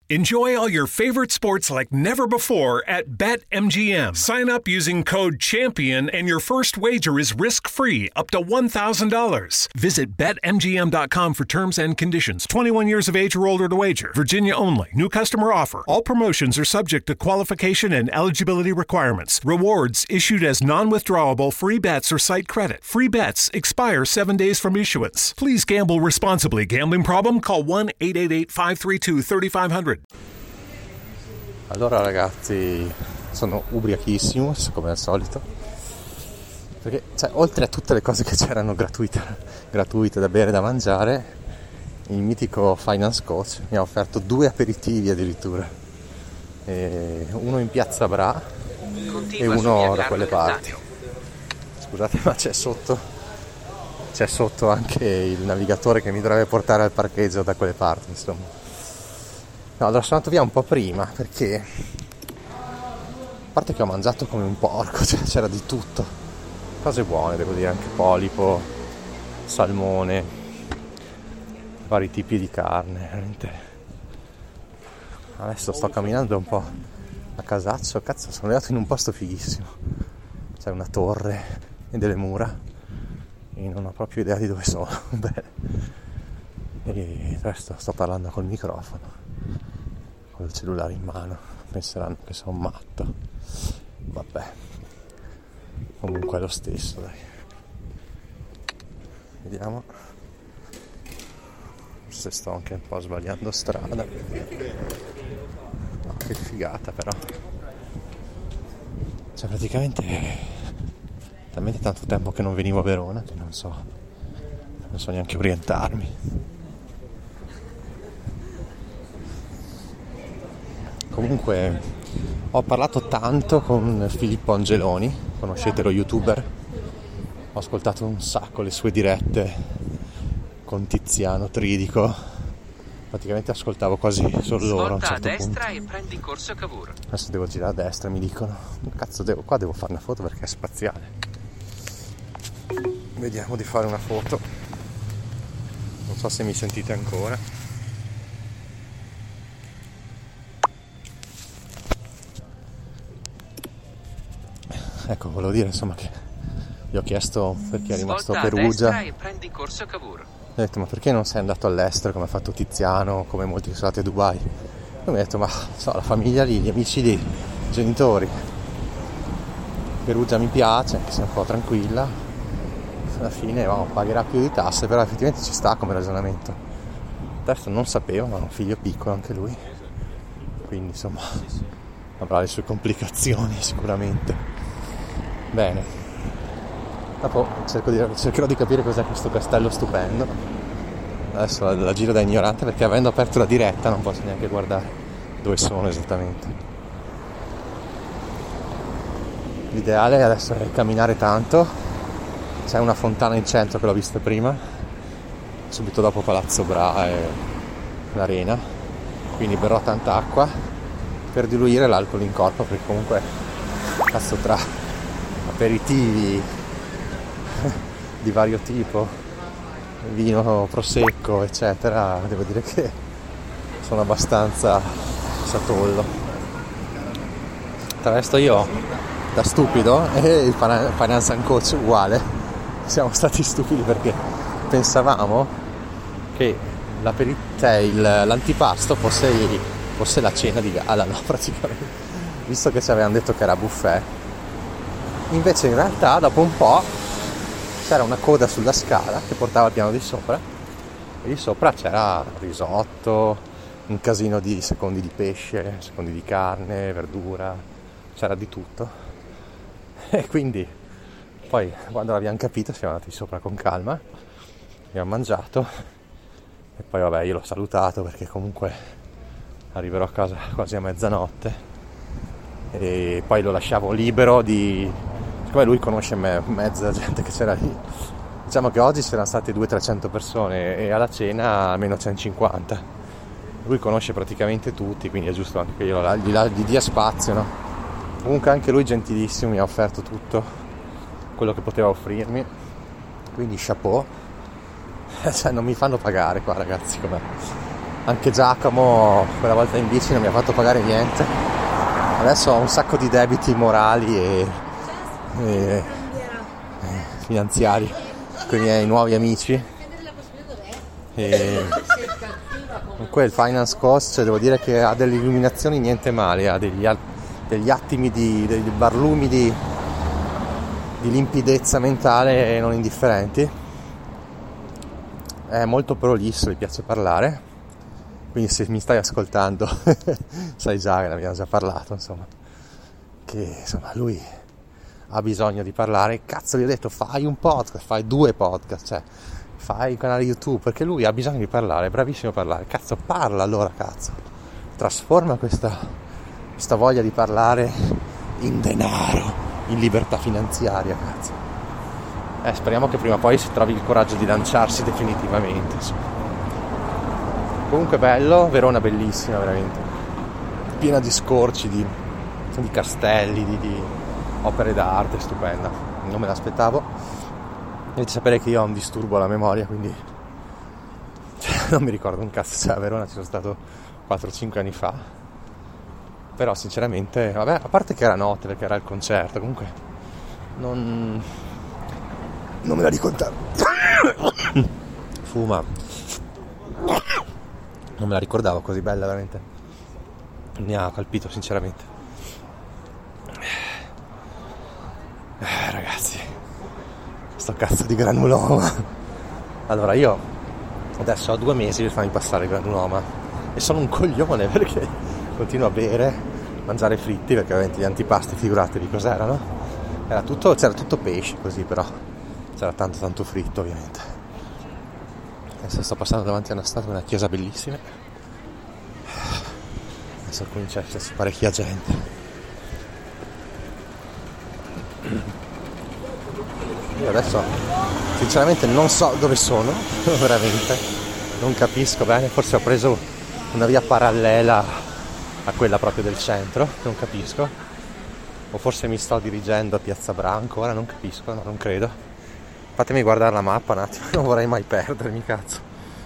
Enjoy all your favorite sports like never before at BetMGM. Sign up using code CHAMPION and your first wager is risk-free up to $1,000. Visit BetMGM.com for terms and conditions. 21 years of age or older to wager. Virginia only. New customer offer. All promotions are subject to qualification and eligibility requirements. Rewards issued as non-withdrawable free bets or site credit. Free bets expire 7 days from issuance. Please gamble responsibly. Gambling problem? Call 1-888-532-3500. Allora ragazzi, sono ubriachissimo come al solito, perché oltre a tutte le cose che c'erano gratuite da bere e da mangiare, il mitico Finance Coach mi ha offerto 2 aperitivi addirittura, uno in Piazza Bra e uno da quelle parti. Scusate, ma c'è sotto anche il navigatore che mi dovrebbe portare al parcheggio da quelle parti, insomma. No, allora sono andato via un po' prima perché, a parte che ho mangiato come un porco, c'era di tutto, cose buone devo dire, anche polipo, salmone, vari tipi di carne, veramente. Adesso sto camminando un po' a casaccio, cazzo, sono arrivato in un posto fighissimo, c'è una torre e delle mura e non ho proprio idea di dove sono. Bene. E adesso sto parlando col microfono, con il cellulare in mano, penseranno che sono matto, vabbè, comunque è lo stesso, dai. Vediamo se sto anche un po' sbagliando strada. No, che figata però, praticamente talmente tanto tempo che non venivo a Verona che non so neanche orientarmi. Comunque ho parlato tanto con Filippo Angeloni, conoscete lo youtuber? Ho ascoltato un sacco le sue dirette con Tiziano Tridico, praticamente ascoltavo quasi solo loro a un certo punto. Svolta a destra e prendi corso Cavour. Adesso devo girare a destra, mi dicono. Cazzo, qua devo fare una foto perché è spaziale. Vediamo di fare una foto. Non so se mi sentite ancora. Ecco, volevo dire insomma che gli ho chiesto perché è rimasto a Perugia. E prendi corso Cavour. Ho detto, ma perché non sei andato all'estero come ha fatto Tiziano, come molti che sono andati a Dubai? E mi ha detto, ma la famiglia lì, gli amici lì, i genitori. Perugia mi piace, anche se è un po' tranquilla. Alla fine pagherà più di tasse, però effettivamente ci sta come ragionamento. Adesso non sapevo, ma ha un figlio piccolo anche lui. Quindi insomma avrà le sue complicazioni sicuramente. Bene, dopo cercherò di capire cos'è questo castello stupendo. Adesso la giro da ignorante perché avendo aperto la diretta non posso neanche guardare dove sono esattamente. L'ideale adesso è camminare tanto. C'è una fontana in centro che l'ho vista prima, subito dopo Palazzo Bra e l'Arena, quindi berrò tanta acqua per diluire l'alcol in corpo, perché comunque cazzo, tra aperitivi di vario tipo, vino, prosecco eccetera, devo dire che sono abbastanza satollo. Tra l'altro io da stupido e il Finance Coach uguale, siamo stati stupidi perché pensavamo che l'antipasto fosse la cena di gala, no, praticamente, visto che ci avevano detto che era buffet. Invece in realtà dopo un po' c'era una coda sulla scala che portava al piano di sopra, e di sopra c'era risotto, un casino di secondi di pesce, secondi di carne, verdura, c'era di tutto. E quindi poi quando l'abbiamo capito siamo andati sopra con calma, abbiamo mangiato e poi vabbè, io l'ho salutato perché comunque arriverò a casa quasi a mezzanotte e poi lo lasciavo libero siccome lui conosce mezza gente che c'era lì. Diciamo che oggi c'erano state 200-300 persone e alla cena almeno 150. Lui conosce praticamente tutti, quindi è giusto anche che io gli dia spazio, no? Comunque anche lui gentilissimo, mi ha offerto tutto quello che poteva offrirmi, quindi chapeau. Non mi fanno pagare qua, ragazzi, com'è. Anche Giacomo quella volta in bici non mi ha fatto pagare niente. Adesso ho un sacco di debiti morali e finanziari con i miei nuovi amici. E comunque il finance coach, cioè, devo dire che ha delle illuminazioni niente male, ha degli attimi dei barlumi di limpidezza mentale non indifferenti. È molto prolisso, gli piace parlare, quindi se mi stai ascoltando sai già che ne abbiamo già parlato, insomma, che insomma lui ha bisogno di parlare. Cazzo, gli ho detto fai un podcast, fai 2 podcast, cioè fai un canale YouTube, perché lui ha bisogno di parlare, è bravissimo a parlare. Cazzo, parla allora, cazzo, trasforma questa voglia di parlare in denaro, in libertà finanziaria, cazzo. Speriamo che prima o poi si trovi il coraggio di lanciarsi definitivamente, insomma. Comunque bello, Verona bellissima, veramente piena di scorci, di castelli, di opere d'arte, stupenda. Non me l'aspettavo. Dovete sapere che io ho un disturbo alla memoria, quindi non mi ricordo un cazzo. Cioè, a Verona ci sono stato 4-5 anni fa, però sinceramente, vabbè, a parte che era notte perché era il concerto, comunque non me la ricordavo. Fuma. Non me la ricordavo così bella, veramente. Mi ha colpito sinceramente. Ragazzi, sto cazzo di granuloma. Allora, io adesso ho 2 mesi per farmi passare il granuloma e sono un coglione perché continuo a bere, mangiare fritti, perché ovviamente gli antipasti, figuratevi cos'erano. C'era tutto pesce così, però c'era tanto fritto, ovviamente. Adesso sto passando davanti a una chiesa bellissima. Adesso comincia a esserci parecchia gente. Io adesso sinceramente non so dove sono, veramente non capisco bene. Forse ho preso una via parallela a quella proprio del centro, non capisco, o forse mi sto dirigendo a Piazza Branco, ora non capisco, no, non credo. Fatemi guardare la mappa un attimo, non vorrei mai perdermi, cazzo.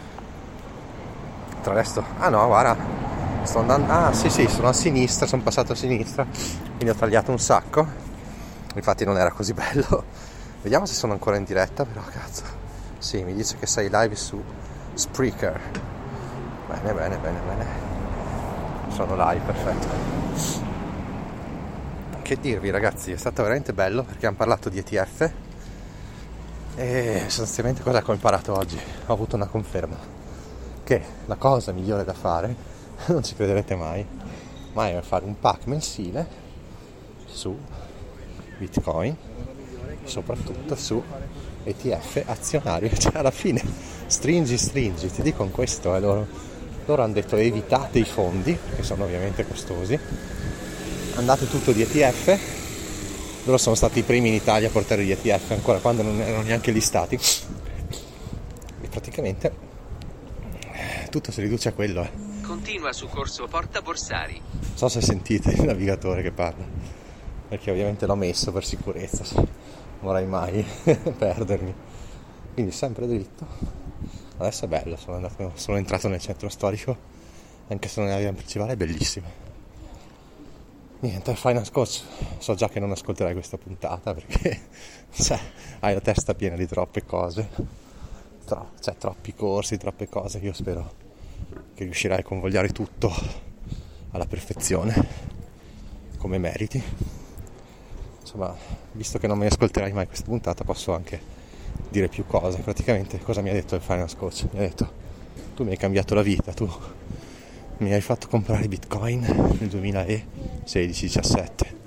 Tra l'altro, no, guarda, sto andando, sì, sono a sinistra, sono passato a sinistra, quindi ho tagliato un sacco, infatti non era così bello. Vediamo se sono ancora in diretta, però, cazzo. Sì, mi dice che sei live su Spreaker. Bene. Sono live, perfetto. Che dirvi, ragazzi, è stato veramente bello perché hanno parlato di ETF. E sostanzialmente cosa ho imparato oggi? Ho avuto una conferma che la cosa migliore da fare, non ci crederete mai, ma è fare un pack mensile su Bitcoin, soprattutto su ETF azionario. Cioè, alla fine stringi, ti dico questo, loro hanno detto evitate i fondi, che sono ovviamente costosi, andate tutto di ETF. Loro sono stati i primi in Italia a portare gli ETF ancora quando non erano neanche listati, e praticamente tutto si riduce a quello. Continua su corso Porta Borsari. Non so se sentite il navigatore che parla, perché ovviamente l'ho messo per sicurezza, non vorrei mai perdermi, quindi sempre dritto. Adesso è bello, sono entrato nel centro storico, anche se non è la via principale, è bellissimo. Niente, finance coach, so già che non ascolterai questa puntata perché hai la testa piena di troppe cose, troppi corsi, troppe cose. Io spero che riuscirai a convogliare tutto alla perfezione, come meriti. Insomma, visto che non mi ascolterai mai questa puntata, posso anche dire più cose. Praticamente cosa mi ha detto il finance coach? Mi ha detto: tu mi hai cambiato la vita, tu mi hai fatto comprare Bitcoin nel 2016-17,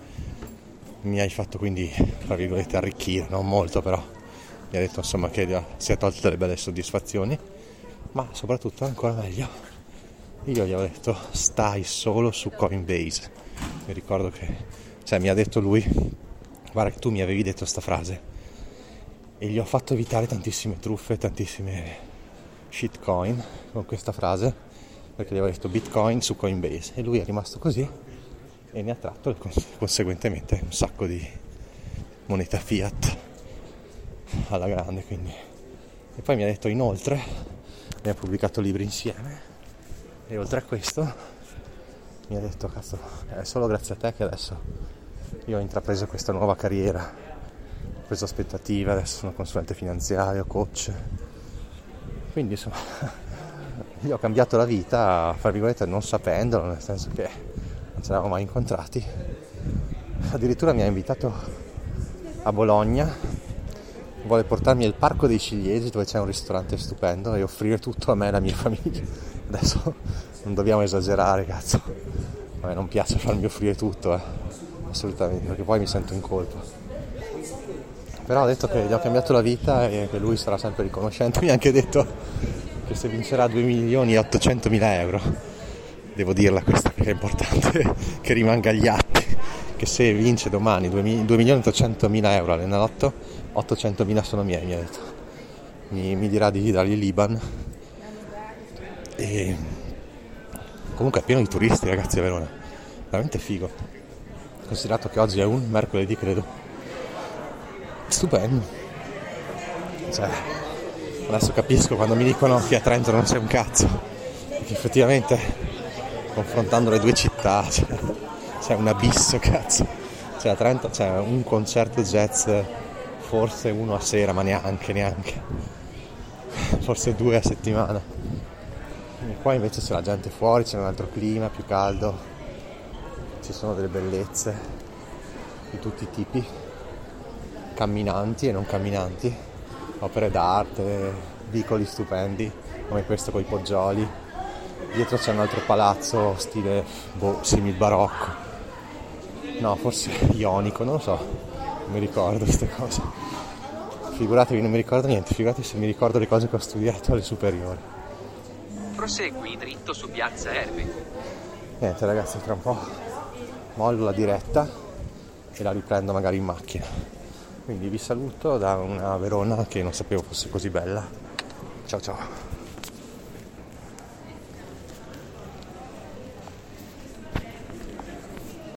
mi hai fatto quindi, tra virgolette, arricchire, non molto, però mi ha detto insomma che si è tolte delle belle soddisfazioni, ma soprattutto ancora meglio, io gli ho detto stai solo su Coinbase. Mi ricordo che mi ha detto lui: guarda che tu mi avevi detto sta frase, e gli ho fatto evitare tantissime truffe, tantissime shitcoin con questa frase, perché gli avevo detto Bitcoin su Coinbase, e lui è rimasto così e ne ha tratto conseguentemente un sacco di moneta fiat alla grande, quindi. E poi mi ha detto inoltre, abbiamo pubblicato libri insieme, E oltre a questo mi ha detto: cazzo, è solo grazie a te che adesso io ho intrapreso questa nuova carriera, ho preso aspettative, adesso sono consulente finanziario, coach. Quindi insomma gli ho cambiato la vita, fra virgolette, non sapendolo, nel senso che non ci eravamo mai incontrati. Addirittura mi ha invitato a Bologna, vuole portarmi al Parco dei Ciliegi, dove c'è un ristorante stupendo, e offrire tutto a me e alla mia famiglia. Adesso non dobbiamo esagerare, cazzo. A me non piace farmi offrire tutto, assolutamente, perché poi mi sento in colpa. Però ho detto che gli ho cambiato la vita e che lui sarà sempre riconoscente. Mi ha anche detto che se vincerà 2.800.000 euro, devo dirla questa perché è importante che rimanga agli atti, che se vince domani 2.800.000 euro all'Enalotto, 800.000 sono miei, mi ha detto. Mi dirà di dargli l'Iban. E comunque è pieno di turisti, ragazzi, a Verona, veramente figo, considerato che oggi è un mercoledì, credo. Stupendo. Cioè, adesso capisco quando mi dicono che a Trento non c'è un cazzo, perché effettivamente confrontando le due città c'è un abisso, cazzo. Cioè a Trento c'è un concerto jazz, forse uno a sera, ma neanche forse 2 a settimana. E qua invece c'è la gente fuori, c'è un altro clima più caldo, ci sono delle bellezze di tutti i tipi, camminanti e non camminanti, opere d'arte, vicoli stupendi come questo con i poggioli. Dietro c'è un altro palazzo stile simil barocco, no, forse ionico, non lo so, non mi ricordo queste cose. Figuratevi, non mi ricordo niente, figuratevi se mi ricordo le cose che ho studiato alle superiori. Prosegui dritto su Piazza Erbe. Niente ragazzi, tra un po' mollo la diretta e la riprendo magari in macchina. Quindi vi saluto da una Verona che non sapevo fosse così bella. Ciao ciao.